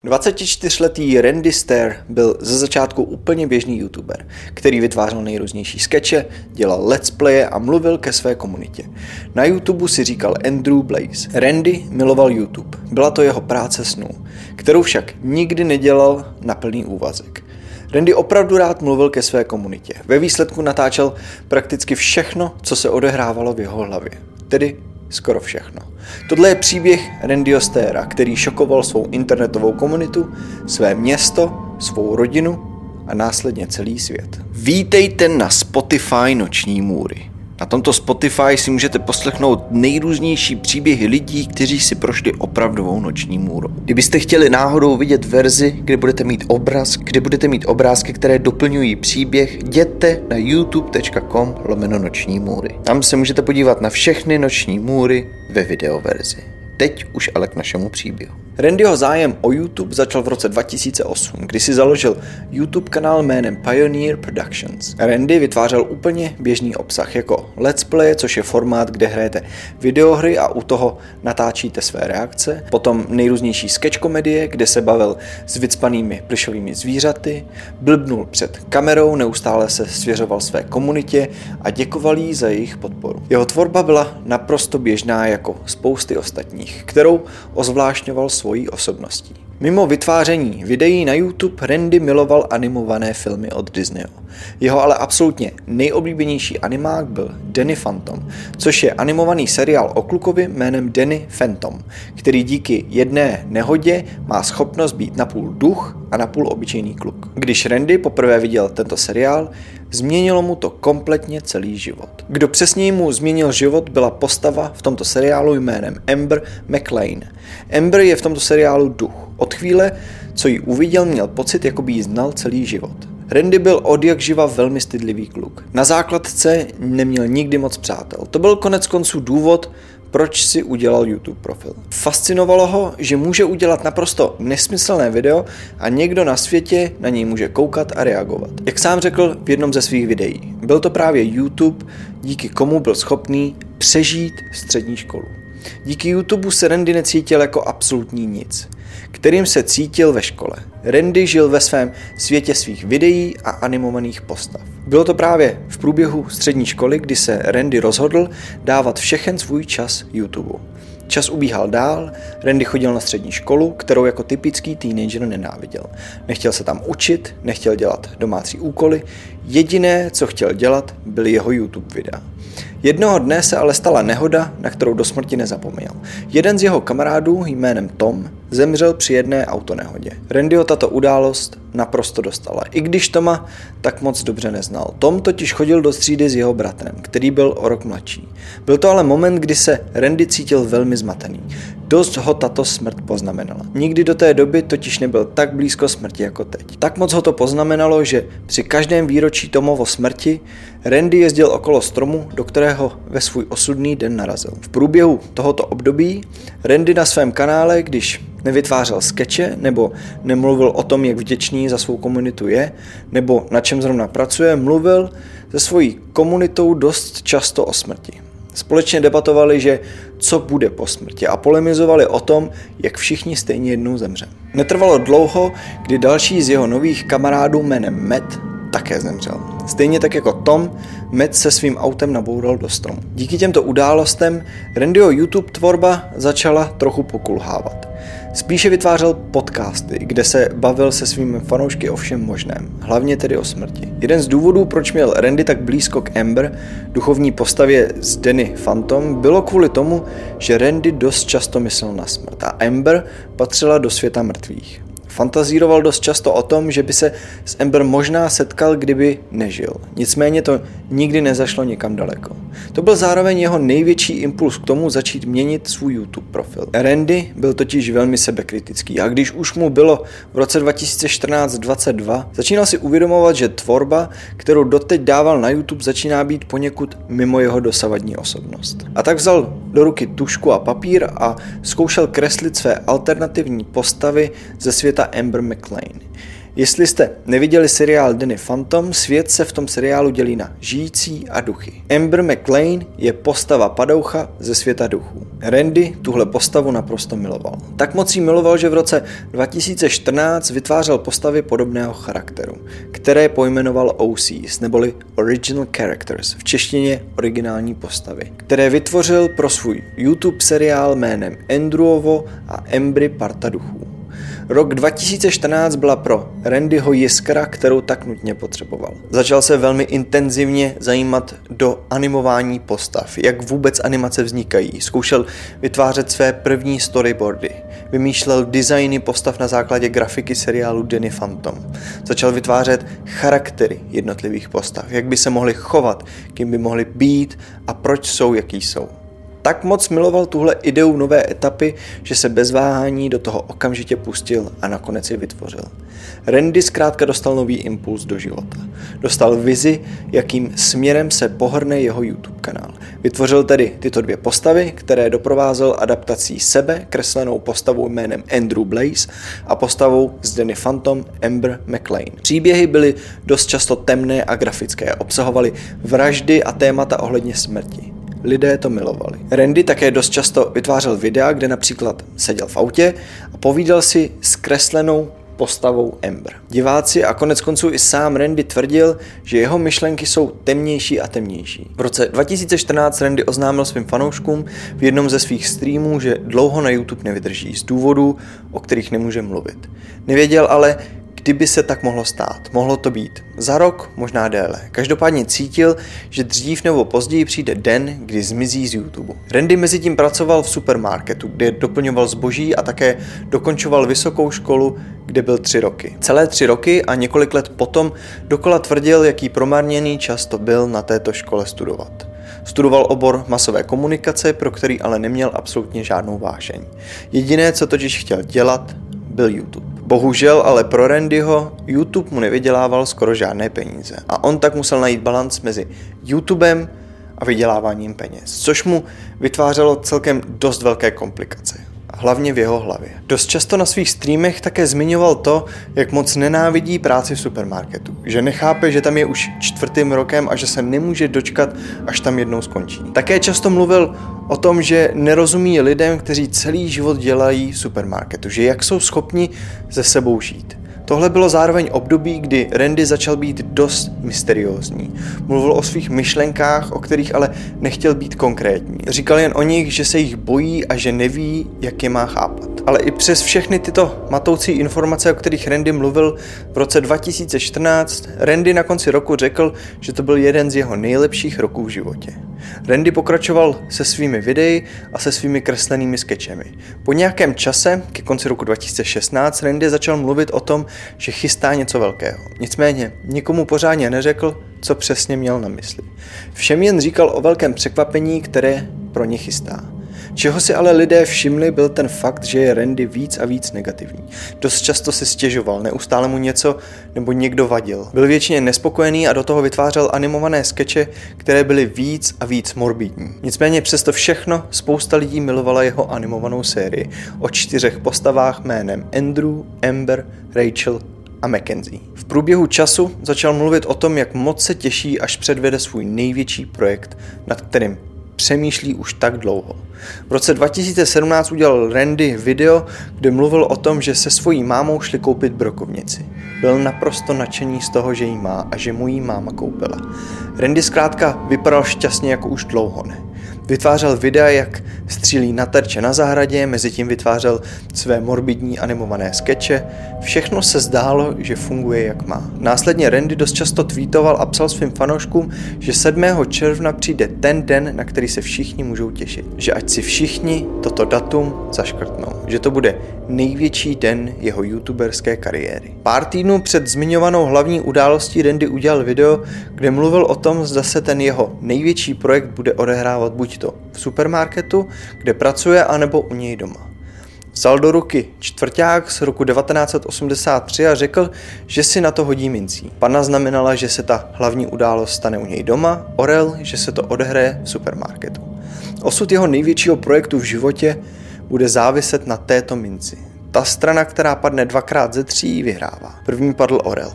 24letý Randy Stair byl ze začátku úplně běžný youtuber, který vytvářel nejrůznější skeče, dělal let's playe a mluvil ke své komunitě. Na YouTube si říkal Andrew Blaze. Randy miloval YouTube, byla to jeho práce snů, kterou však nikdy nedělal na plný úvazek. Randy opravdu rád mluvil ke své komunitě. Ve výsledku natáčel prakticky všechno, co se odehrávalo v jeho hlavě. Tedy skoro všechno. Tohle je příběh Randyho Staira, který šokoval svou internetovou komunitu, své město, svou rodinu a následně celý svět. Vítejte na Spotify Noční můry. Na tomto Spotify si můžete poslechnout nejrůznější příběhy lidí, kteří si prošli opravdovou noční můrou. Kdybyste chtěli náhodou vidět verzi, kde budete mít obraz, kde budete mít obrázky, které doplňují příběh, jděte na youtube.com/noční můry. Tam se můžete podívat na všechny noční můry ve videoverzi. Teď už ale k našemu příběhu. Randyho zájem o YouTube začal v roce 2008, kdy si založil YouTube kanál jménem Pioneer Productions. Randy vytvářel úplně běžný obsah jako let's play, což je formát, kde hrajete videohry a u toho natáčíte své reakce, potom nejrůznější sketch komedie, kde se bavil s vycpanými plyšovými zvířaty, blbnul před kamerou, neustále se svěřoval své komunitě a děkoval jí za jejich podporu. Jeho tvorba byla naprosto běžná jako spousty ostatních, kterou ozvláštňoval svojí osobností. Mimo vytváření videí na YouTube Randy miloval animované filmy od Disneyho. Jeho ale absolutně nejoblíbenější animák byl Danny Phantom, což je animovaný seriál o klukovi jménem Danny Phantom, který díky jedné nehodě má schopnost být napůl duch a napůl obyčejný kluk. Když Randy poprvé viděl tento seriál, změnilo mu to kompletně celý život. Kdo přesněji mu změnil život, byla postava v tomto seriálu jménem Amber McLean. Amber je v tomto seriálu duch. Od chvíle, co ji uviděl, měl pocit, jako by ji znal celý život. Randy byl odjakživa velmi stydlivý kluk. Na základce neměl nikdy moc přátel. To byl konec konců důvod, proč si udělal YouTube profil. Fascinovalo ho, že může udělat naprosto nesmyslné video a někdo na světě na něj může koukat a reagovat. Jak sám řekl v jednom ze svých videí, byl to právě YouTube, díky komu byl schopný přežít střední školu. Díky YouTube se Randy necítil jako absolutní nic, kterým se cítil ve škole. Randy žil ve svém světě svých videí a animovaných postav. Bylo to právě v průběhu střední školy, kdy se Randy rozhodl dávat všechen svůj čas YouTube. Čas ubíhal dál, Randy chodil na střední školu, kterou jako typický teenager nenáviděl. Nechtěl se tam učit, nechtěl dělat domácí úkoly, jediné, co chtěl dělat, byly jeho YouTube videa. Jednoho dne se ale stala nehoda, na kterou do smrti nezapomněl. Jeden z jeho kamarádů jménem Tom zemřel při jedné autonehodě. Randyho tato událost naprosto dostala, i když Toma tak moc dobře neznal. Tom totiž chodil do třídy s jeho bratrem, který byl o rok mladší. Byl to ale moment, kdy se Randy cítil velmi zmatený. Dost ho tato smrt poznamenala. Nikdy do té doby totiž nebyl tak blízko smrti jako teď. Tak moc ho to poznamenalo, že při každém výročí Tomovo smrti Randy jezdil okolo stromu, do kterého ve svůj osudný den narazil. V průběhu tohoto období Randy na svém kanále, když nevytvářel skeče nebo nemluvil o tom, jak vděčný za svou komunitu je, nebo na čem zrovna pracuje, mluvil se svojí komunitou dost často o smrti. Společně debatovali, že co bude po smrti a polemizovali o tom, jak všichni stejně jednou zemřeme. Netrvalo dlouho, kdy další z jeho nových kamarádů jménem Matt také zemřel. Stejně tak jako Tom, Matt se svým autem naboural do stromu. Díky těmto událostem Randyho YouTube tvorba začala trochu pokulhávat. Spíše vytvářel podcasty, kde se bavil se svými fanoušky o všem možném, hlavně tedy o smrti. Jeden z důvodů, proč měl Randy tak blízko k Amber, duchovní postavě z Danny Phantom, bylo kvůli tomu, že Randy dost často myslel na smrt a Amber patřila do světa mrtvých. Fantazíroval dost často o tom, že by se s Amber možná setkal, kdyby nežil. Nicméně to nikdy nezašlo nikam daleko. To byl zároveň jeho největší impuls k tomu začít měnit svůj YouTube profil. Randy byl totiž velmi sebekritický a když už mu bylo v roce 2014-22, začínal si uvědomovat, že tvorba, kterou doteď dával na YouTube, začíná být poněkud mimo jeho dosavadní osobnost. A tak vzal do ruky tužku a papír a zkoušel kreslit své alternativní postavy ze světa Amber McLean. Jestli jste neviděli seriál Danny Phantom, svět se v tom seriálu dělí na žijící a duchy. Amber McLean je postava padoucha ze světa duchů. Randy tuhle postavu naprosto miloval. Tak moc jí miloval, že v roce 2014 vytvářel postavy podobného charakteru, které pojmenoval OCs, neboli Original Characters, v češtině originální postavy, které vytvořil pro svůj YouTube seriál jménem Andrewovo a Embry parta duchů. Rok 2014 byla pro Randyho jiskra, kterou tak nutně potřeboval. Začal se velmi intenzivně zajímat do animování postav, jak vůbec animace vznikají. Zkoušel vytvářet své první storyboardy. Vymýšlel designy postav na základě grafiky seriálu Danny Phantom. Začal vytvářet charaktery jednotlivých postav, jak by se mohly chovat, kým by mohly být a proč jsou, jaký jsou. Tak moc miloval tuhle ideu nové etapy, že se bez váhání do toho okamžitě pustil a nakonec ji vytvořil. Randy zkrátka dostal nový impuls do života. Dostal vizi, jakým směrem se pohrne jeho YouTube kanál. Vytvořil tedy tyto dvě postavy, které doprovázel adaptací sebe, kreslenou postavou jménem Andrew Blaze a postavou z Danny Phantom Amber McLean. Příběhy byly dost často temné a grafické, obsahovaly vraždy a témata ohledně smrti. Lidé to milovali. Randy také dost často vytvářel videa, kde například seděl v autě a povídal si s kreslenou postavou Amber. Diváci a konec konců i sám Randy tvrdil, že jeho myšlenky jsou temnější a temnější. V roce 2014 Randy oznámil svým fanouškům v jednom ze svých streamů, že dlouho na YouTube nevydrží z důvodů, o kterých nemůže mluvit. Nevěděl ale, kdyby se tak mohlo stát. Mohlo to být za rok, možná déle. Každopádně cítil, že dřív nebo později přijde den, kdy zmizí z YouTube. Randy mezitím pracoval v supermarketu, kde doplňoval zboží a také dokončoval vysokou školu, kde byl 3 roky. Celé 3 roky a několik let potom dokola tvrdil, jaký promarněný čas to byl na této škole studovat. Studoval obor masové komunikace, pro který ale neměl absolutně žádnou vášeň. Jediné, co totiž chtěl dělat, byl YouTube. Bohužel ale pro Randyho YouTube mu nevydělával skoro žádné peníze a on tak musel najít balanc mezi YouTubem a vyděláváním peněz, což mu vytvářelo celkem dost velké komplikace. Hlavně v jeho hlavě. Dost často na svých streamech také zmiňoval to, jak moc nenávidí práci v supermarketu, že nechápe, že tam je už 4. rokem a že se nemůže dočkat, až tam jednou skončí. Také často mluvil o tom, že nerozumí lidem, kteří celý život dělají v supermarketu, že jak jsou schopni se sebou žít. Tohle bylo zároveň období, kdy Randy začal být dost mysteriózní. Mluvil o svých myšlenkách, o kterých ale nechtěl být konkrétní. Říkal jen o nich, že se jich bojí a že neví, jak je má chápat. Ale i přes všechny tyto matoucí informace, o kterých Randy mluvil v roce 2014, Randy na konci roku řekl, že to byl jeden z jeho nejlepších roků v životě. Randy pokračoval se svými videi a se svými kreslenými skečemi. Po nějakém čase, ke konci roku 2016, Randy začal mluvit o tom, že chystá něco velkého. Nicméně nikomu pořádně neřekl, co přesně měl na mysli. Všem jen říkal o velkém překvapení, které pro ně chystá. Čeho si ale lidé všimli, byl ten fakt, že je Randy víc a víc negativní. Dost často se stěžoval, neustále mu něco nebo někdo vadil. Byl většině nespokojený a do toho vytvářel animované skeče, které byly víc a víc morbidní. Nicméně přesto všechno spousta lidí milovala jeho animovanou sérii o 4 postavách jménem Andrew, Amber, Rachel a Mackenzie. V průběhu času začal mluvit o tom, jak moc se těší, až předvede svůj největší projekt, nad kterým přemýšlí už tak dlouho. V roce 2017 udělal Randy video, kde mluvil o tom, že se svojí mámou šli koupit brokovnici. Byl naprosto nadšený z toho, že jí má a že mu jí máma koupila. Randy zkrátka vypadal šťastně jako už dlouho ne. Vytvářel videa, jak střílí na terče na zahradě, mezitím vytvářel své morbidní animované skeče. Všechno se zdálo, že funguje jak má. Následně Randy dost často tweetoval a psal svým fanouškům, že 7. června přijde ten den, na který se všichni můžou těšit. Že ať si všichni toto datum zaškrtnou. Že to bude největší den jeho youtuberské kariéry. Pár týdnů před zmiňovanou hlavní událostí Randy udělal video, kde mluvil o tom, zda se ten jeho největší projekt bude odehrávat buď to v supermarketu, kde pracuje, anebo u něj doma. Vzal do ruky čtvrťák z roku 1983 a řekl, že si na to hodí mincí. Panna znamenala, že se ta hlavní událost stane u něj doma, orel, že se to odehraje v supermarketu. Osud jeho největšího projektu v životě bude záviset na této minci. Ta strana, která padne 2x ze 3, vyhrává. První padl orel.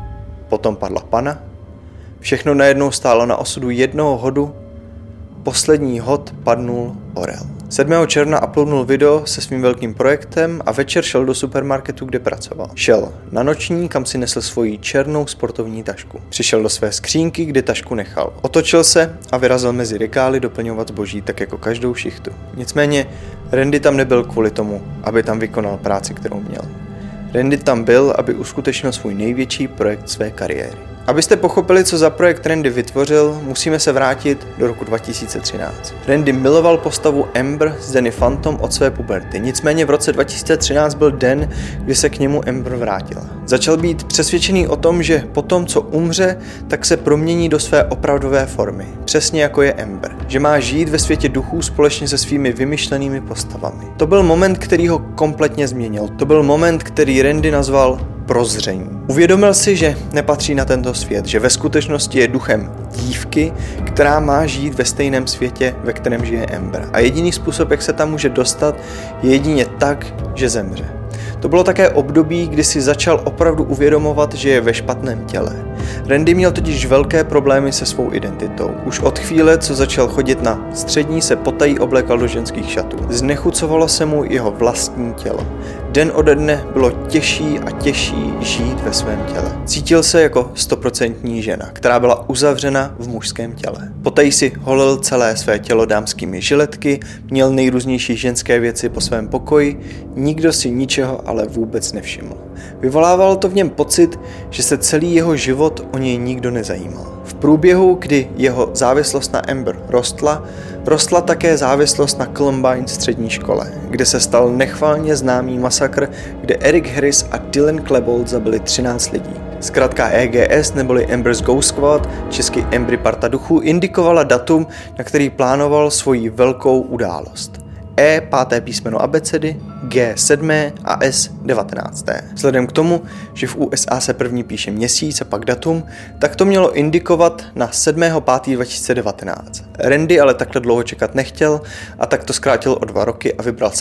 Potom padla pana. Všechno najednou stálo na osudu jednoho hodu. Poslední hod padnul orel. 7. června uploadnul video se svým velkým projektem a večer šel do supermarketu, kde pracoval. Šel na noční, kam si nesl svoji černou sportovní tašku. Přišel do své skřínky, kde tašku nechal. Otočil se a vyrazil mezi regály doplňovat zboží, tak jako každou šichtu. Nicméně Randy tam nebyl kvůli tomu, aby tam vykonal práci, kterou měl. Randy tam byl, aby uskutečnil svůj největší projekt své kariéry. Abyste pochopili, co za projekt Randy vytvořil, musíme se vrátit do roku 2013. Randy miloval postavu Amber z Danny Phantom od své puberty, nicméně v roce 2013 byl den, kdy se k němu Amber vrátila. Začal být přesvědčený o tom, že po tom, co umře, tak se promění do své opravdové formy, přesně jako je Amber, že má žít ve světě duchů společně se svými vymyšlenými postavami. To byl moment, který ho kompletně změnil. To byl moment, který Randy nazval prozření. Uvědomil si, že nepatří na tento svět, že ve skutečnosti je duchem dívky, která má žít ve stejném světě, ve kterém žije Amber. A jediný způsob, jak se tam může dostat, je jedině tak, že zemře. To bylo také období, kdy si začal opravdu uvědomovat, že je ve špatném těle. Randy měl totiž velké problémy se svou identitou. Už od chvíle, co začal chodit na střední, se potají oblékal do ženských šatů. Znechucovalo se mu jeho vlastní tělo. Den ode dne bylo těžší a těžší žít ve svém těle. Cítil se jako 100% žena, která byla uzavřena v mužském těle. Potají si holil celé své tělo dámskými žiletky, měl nejrůznější ženské věci po svém pokoji, nikdo si ničeho ale vůbec nevšiml. Vyvolávalo to v něm pocit, že se celý jeho život o něj nikdo nezajímal. V průběhu, kdy jeho závislost na Amber rostla také závislost na Columbine střední škole, kde se stal nechvalně známý masakr, kde Eric Harris a Dylan Klebold zabili 13 lidí. Zkrátka EGS neboli Amber's Ghost Squad, česky Ambery parta duchů, indikovala datum, na který plánoval svoji velkou událost. E 5. písmeno abecedy, G 7. a S 19. Vzhledem k tomu, že v USA se první píše měsíc a pak datum, tak to mělo indikovat na 7.5.2019. Randy ale takhle dlouho čekat nechtěl a tak to zkrátil o 2 roky a vybral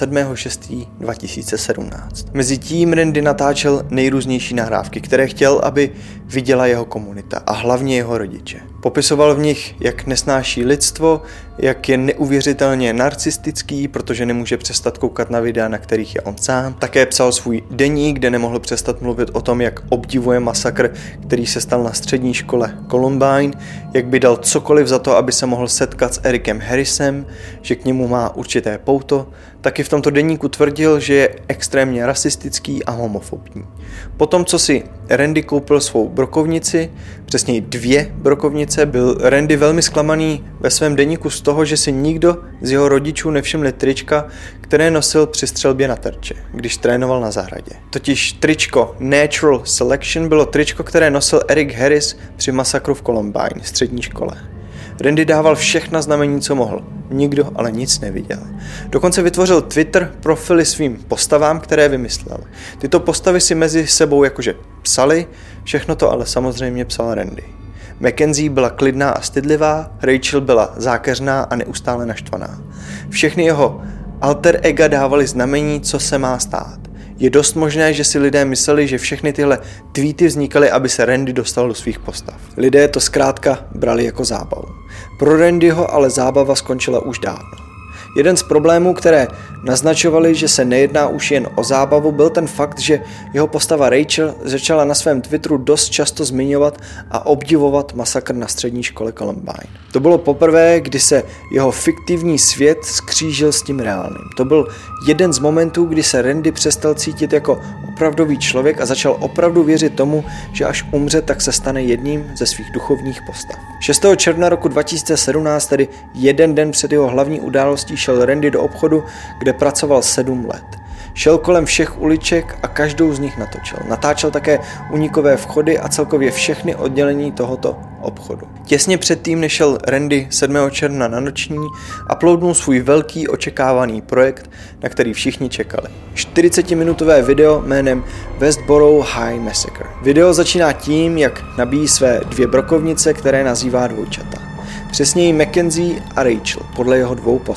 7.6.2017. Mezitím Randy natáčel nejrůznější nahrávky, které chtěl, aby viděla jeho komunita a hlavně jeho rodiče. Popisoval v nich, jak nesnáší lidstvo, jak je neuvěřitelně narcistický, protože nemůže přestat koukat na videa, na kterých je on sám. Také psal svůj deník, kde nemohl přestat mluvit o tom, jak obdivuje masakr, který se stal na střední škole Columbine, jak by dal cokoliv za to, aby se mohl setkat s Ericem Harrisem, že k němu má určité pouto. Taky v tomto deníku tvrdil, že je extrémně rasistický a homofobní. Potom, co si Randy koupil svou brokovnici, přesněji 2 brokovnice, byl Randy velmi zklamaný ve svém deníku z toho, že si nikdo z jeho rodičů nevšiml trička, které nosil při střelbě na terče, když trénoval na zahradě. Totiž tričko Natural Selection bylo tričko, které nosil Eric Harris při masakru v Columbine, střední škole. Randy dával všechna znamení, co mohl. Nikdo ale nic neviděl. Dokonce vytvořil Twitter profily svým postavám, které vymyslel. Tyto postavy si mezi sebou jakože psali, všechno to ale samozřejmě psal Randy. Mackenzie byla klidná a stydlivá, Rachel byla zákeřná a neustále naštvaná. Všechny jeho alter ega dávali znamení, co se má stát. Je dost možné, že si lidé mysleli, že všechny tyhle tweety vznikaly, aby se Randy dostal do svých postav. Lidé to zkrátka brali jako zábavu. Pro Randyho ale zábava skončila už dávno. Jeden z problémů, které naznačovaly, že se nejedná už jen o zábavu, byl ten fakt, že jeho postava Rachel začala na svém Twitteru dost často zmiňovat a obdivovat masakr na střední škole Columbine. To bylo poprvé, kdy se jeho fiktivní svět skřížil s tím reálným. To byl jeden z momentů, kdy se Randy přestal cítit jako opravdový člověk a začal opravdu věřit tomu, že až umře, tak se stane jedním ze svých duchovních postav. 6. června roku 2017, tedy jeden den před jeho hlavní událostí, šel Randy do obchodu, kde pracoval 7 let. Šel kolem všech uliček a každou z nich natočil. Natáčel také únikové vchody a celkově všechny oddělení tohoto obchodu. Těsně předtím, než šel Randy 7. června na noční, uploadnul svůj velký očekávaný projekt, na který všichni čekali. 40-minutové video jménem Westboro High Massacre. Video začíná tím, jak nabíjí své 2 brokovnice, které nazývá dvojčata. Přesněji Mackenzie a Rachel, podle jeho 2 postav,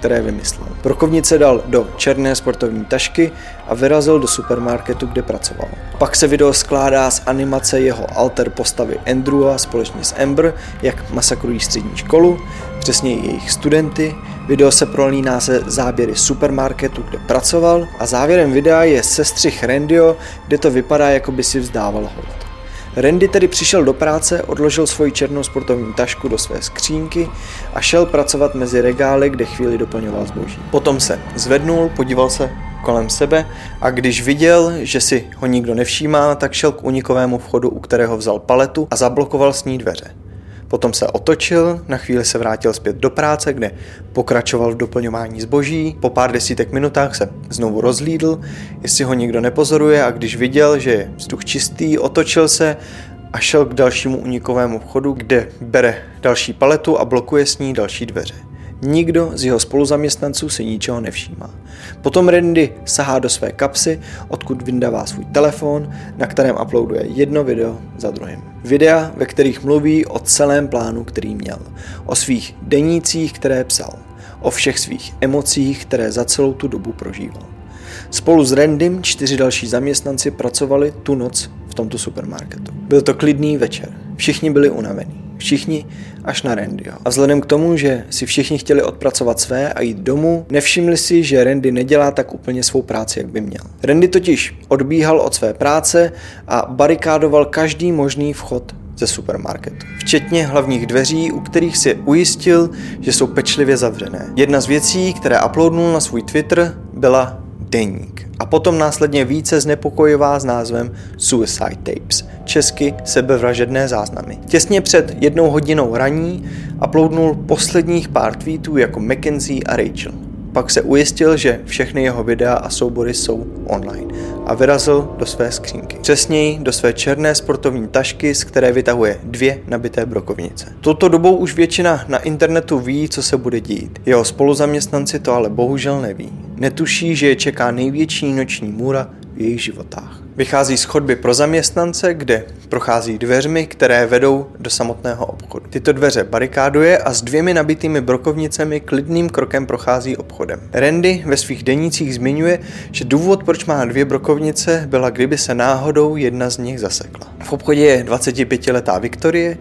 které vymyslel. Brokovnice dal do černé sportovní tašky a vyrazil do supermarketu, kde pracoval. Pak se video skládá z animace jeho alter postavy Andrewa společně s Amber, jak masakrují střední školu, přesně jejich studenty. Video se prolíná se záběry supermarketu, kde pracoval, a závěrem videa je sestřih Randyho, kde to vypadá, jako by si vzdával hold. Randy tedy přišel do práce, odložil svoji černou sportovní tašku do své skřínky a šel pracovat mezi regály, kde chvíli doplňoval zboží. Potom se zvednul, podíval se kolem sebe a když viděl, že si ho nikdo nevšímá, tak šel k únikovému vchodu, u kterého vzal paletu a zablokoval s ní dveře. Potom se otočil, na chvíli se vrátil zpět do práce, kde pokračoval v doplňování zboží. Po pár desítek minutách se znovu rozhlídl, jestli ho nikdo nepozoruje, a když viděl, že je vzduch čistý, otočil se a šel k dalšímu únikovému vchodu, kde bere další paletu a blokuje s ní další dveře. Nikdo z jeho spoluzaměstnanců si ničeho nevšímá. Potom Randy sahá do své kapsy, odkud vyndává svůj telefon, na kterém uploaduje jedno video za druhým. Videa, ve kterých mluví o celém plánu, který měl, o svých denících, které psal, o všech svých emocích, které za celou tu dobu prožíval. Spolu s Randym 4 další zaměstnanci pracovali tu noc v tomto supermarketu. Byl to klidný večer. Všichni byli unavení. Všichni až na Randyho. A vzhledem k tomu, že si všichni chtěli odpracovat své a jít domů, nevšimli si, že Randy nedělá tak úplně svou práci, jak by měl. Randy totiž odbíhal od své práce a barikádoval každý možný vchod ze supermarketu. Včetně hlavních dveří, u kterých si ujistil, že jsou pečlivě zavřené. Jedna z věcí, které uploadnul na svůj Twitter, byla deník. A potom následně více znepokojivá s názvem Suicide Tapes, česky sebevražedné záznamy. Těsně před 1 hodinou raní uploadnul posledních pár tweetů jako Mackenzie a Rachel. Pak se ujistil, že všechny jeho videa a soubory jsou online a vyrazil do své skřínky. Přesněji do své černé sportovní tašky, z které vytahuje 2 nabité brokovnice. Touto dobou už většina na internetu ví, co se bude dít. Jeho spoluzaměstnanci to ale bohužel neví. Netuší, že je čeká největší noční můra v jejich životách. Vychází z chodby pro zaměstnance, kde prochází dveřmi, které vedou do samotného obchodu. Tyto dveře barikáduje a s 2 nabitými brokovnicemi klidným krokem prochází obchodem. Randy ve svých denících zmiňuje, že důvod, proč má 2 brokovnice, byla, kdyby se náhodou jedna z nich zasekla. V obchodě je 25letá Viktorie,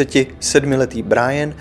47letý Brian,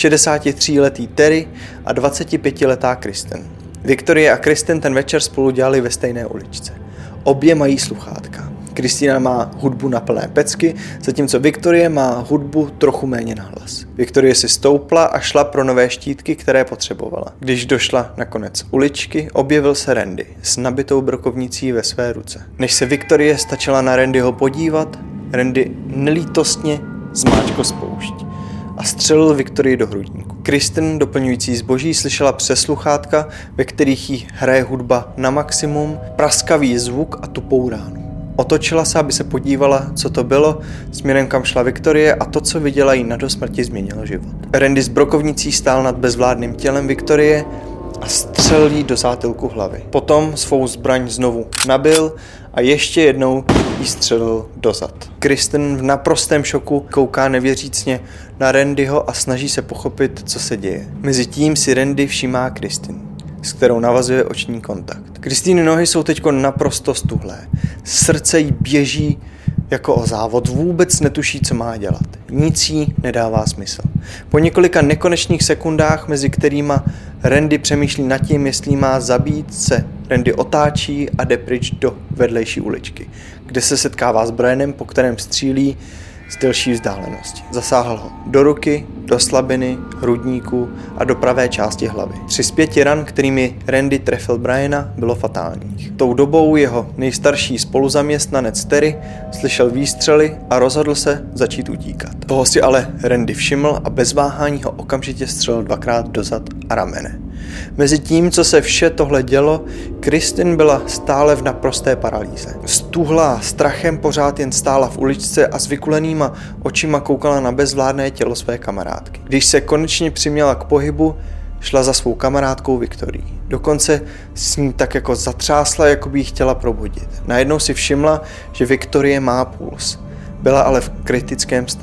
63letý Terry a 25letá Kristen. Viktorie a Kristen ten večer spolu dělali ve stejné uličce. Obě mají sluchátka. Kristýna má hudbu na plné pecky, zatímco Viktorie má hudbu trochu méně na hlas. Viktorie si stoupla a šla pro nové štítky, které potřebovala. Když došla na konec uličky, objevil se Randy s nabitou brokovnicí ve své ruce. Než se Viktorie stačila na Randyho podívat, Randy nelítostně zmáčkl spoušť a střelil Viktorii do hrudníku. Kristen, doplňující zboží, slyšela přes sluchátka, ve kterých jí hraje hudba na maximum, praskavý zvuk a tupou ránu. Otočila se, aby se podívala, co to bylo, směrem kam šla Viktorie, a to, co viděla, jí na dosmrti změnilo život. Randy s brokovnicí stál nad bezvládným tělem Viktorie a střelil jí do zátylku hlavy. Potom svou zbraň znovu nabil a ještě jednou jí střelil do zad. Kristen v naprostém šoku kouká nevěřícně na Randyho a snaží se pochopit, co se děje. Mezitím si Randy všímá Kristen, s kterou navazuje oční kontakt. Kristýny nohy jsou teď naprosto stuhlé. Srdce jí běží jako o závod, vůbec netuší, co má dělat. Nic jí nedává smysl. Po několika nekonečných sekundách, mezi kterýma Randy přemýšlí nad tím, jestli má zabít, se Randy otáčí a jde pryč do vedlejší uličky, kde se setkává s Brianem, po kterém střílí z delší vzdálenosti. Zasáhl ho do ruky, do slabiny, hrudníku a do pravé části hlavy. 3 z 5 ran, kterými Randy trefil Briana, bylo fatálních. Tou dobou jeho nejstarší spoluzaměstnanec Terry slyšel výstřely a rozhodl se začít utíkat. Toho si ale Randy všiml a bez váhání ho okamžitě střelil 2krát do zad a ramene. Mezi tím, co se vše tohle dělo, Kristen byla stále v naprosté paralýze. Stuhlá strachem pořád jen stála v uličce a s vykulenýma očima koukala na bezvládné tělo své kamarádky. Když se konečně přiměla k pohybu, šla za svou kamarádkou Viktorií. Dokonce s ní tak jako zatřásla, jako by ji chtěla probudit. Najednou si všimla, že Viktorie má puls. Byla ale v kritickém stavu.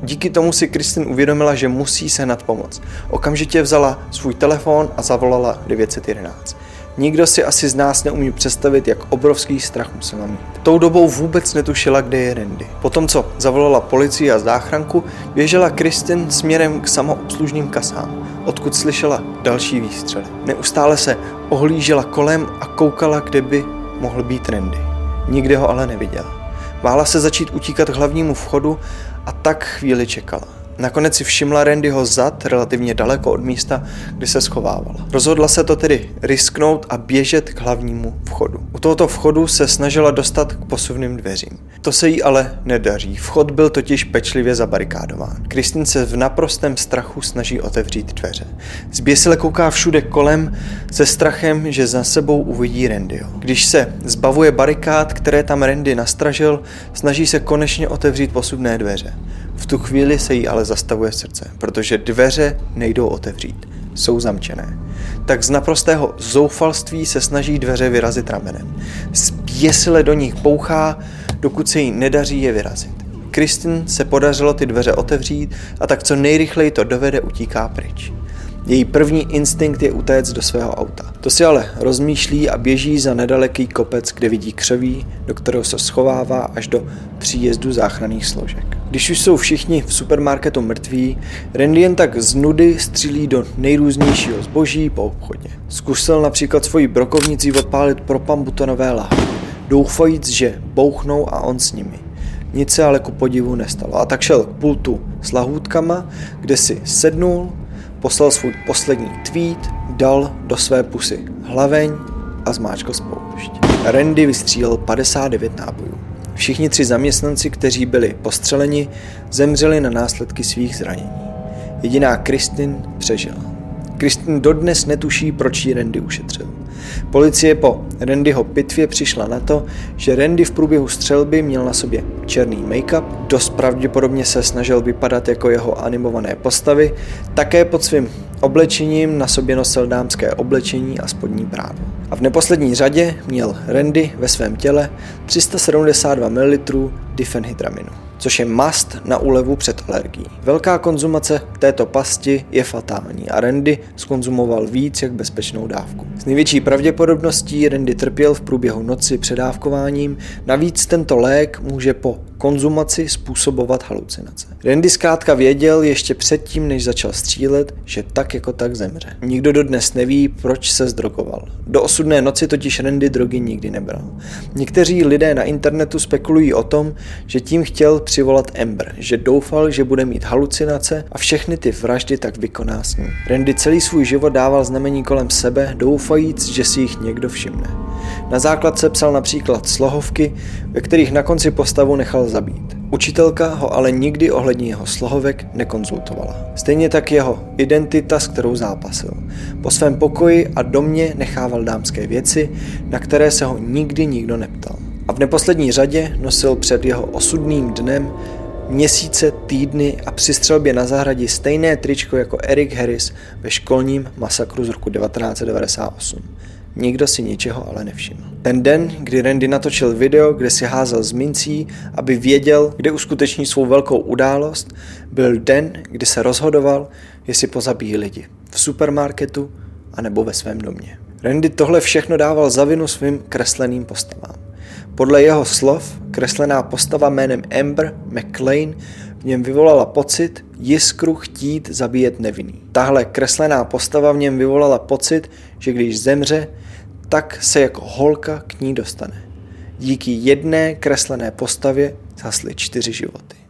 Díky tomu si Kristin uvědomila, že musí sehnat pomoc. Okamžitě vzala svůj telefon a zavolala 911. Nikdo si asi z nás neumí představit, jak obrovský strach musela mít. Tou dobou vůbec netušila, kde je Randy. Potom, co zavolala policii a záchranku, běžela Kristin směrem k samoobslužným kasám, odkud slyšela další výstřely. Neustále se ohlížela kolem a koukala, kde by mohl být Randy. Nikde ho ale neviděla. Bála se začít utíkat k hlavnímu vchodu a tak chvíli čekala. Nakonec si všimla Randyho zad relativně daleko od místa, kde se schovávala. Rozhodla se to tedy risknout a běžet k hlavnímu vchodu. U tohoto vchodu se snažila dostat k posuvným dveřím. To se jí ale nedaří. Vchod byl totiž pečlivě zabarikádován. Kristin se v naprostém strachu snaží otevřít dveře. Zběsile kouká všude kolem se strachem, že za sebou uvidí Randyho. Když se zbavuje barikád, které tam Randy nastražil, snaží se konečně otevřít posuvné dveře. V tu chvíli se jí ale zastavuje srdce, protože dveře nejdou otevřít, jsou zamčené. Tak z naprostého zoufalství se snaží dveře vyrazit ramenem. Zběsile do nich bouchá, dokud se jí nedaří je vyrazit. Kristin se podařilo ty dveře otevřít a tak co nejrychleji to dovede, utíká pryč. Její první instinkt je utéct do svého auta. To si ale rozmýšlí a běží za nedaleký kopec, kde vidí křoví, do kterého se schovává až do příjezdu záchranných složek. Když už jsou všichni v supermarketu mrtví, Randy jen tak z nudy střílí do nejrůznějšího zboží po obchodě. Zkusil například svoji brokovnici odpálit propanbutonové lahve, doufajíc, že bouchnou a on s nimi. Nic se ale ku podivu nestalo a tak šel k pultu s lahůdkama, kde si sednul, poslal svůj poslední tweet, dal do své pusy hlaveň a zmáčkl spoušť. Randy vystřílel 59 nábojů. Všichni 3 zaměstnanci, kteří byli postřeleni, zemřeli na následky svých zranění. Jediná Kristin přežila. Kristin dodnes netuší, proč ji Randy ušetřil. Policie po Randyho pitvě přišla na to, že Randy v průběhu střelby měl na sobě černý make-up, dost pravděpodobně se snažil vypadat jako jeho animované postavy, také pod svým oblečením na sobě nosil dámské oblečení a spodní prádlo. A v neposlední řadě měl Randy ve svém těle 372 ml difenhydraminu, což je mast na úlevu před alergií. Velká konzumace této pasti je fatální a Randy zkonzumoval víc jak bezpečnou dávku. S největší pravděpodobností Randy trpěl v průběhu noci předávkováním, navíc tento lék může po konzumaci způsobovat halucinace. Randy zkrátka věděl ještě předtím, než začal střílet, že tak jako tak zemře. Nikdo dodnes neví, proč se zdrogoval. Do osudné noci totiž Randy drogy nikdy nebral. Někteří lidé na internetu spekulují o tom, že tím chtěl přivolat Amber, že doufal, že bude mít halucinace a všechny ty vraždy tak vykoná s ním. Randy celý svůj život dával znamení kolem sebe, doufajíc, že si jich někdo všimne. Na základce psal například slohovky, ve kterých na konci postavu nechal zabít. Učitelka ho ale nikdy ohledně jeho slohovek nekonzultovala. Stejně tak jeho identita, s kterou zápasil. Po svém pokoji a domě nechával dámské věci, na které se ho nikdy nikdo neptal. A v neposlední řadě nosil před jeho osudným dnem měsíce, týdny a při střelbě na zahradě stejné tričko jako Eric Harris ve školním masakru z roku 1998. Nikdo si ničeho ale nevšiml. Ten den, kdy Randy natočil video, kde si házel z mincí, aby věděl, kde uskuteční svou velkou událost, byl den, kdy se rozhodoval, jestli pozabíjí lidi v supermarketu anebo ve svém domě. Randy tohle všechno dával za vinu svým kresleným postavám. Podle jeho slov kreslená postava jménem Amber McClain v něm vyvolala pocit, jiskru chtít zabíjet nevinný. Tahle kreslená postava v něm vyvolala pocit, že když zemře, tak se jako holka k ní dostane. Díky jedné kreslené postavě zhasly 4 životy.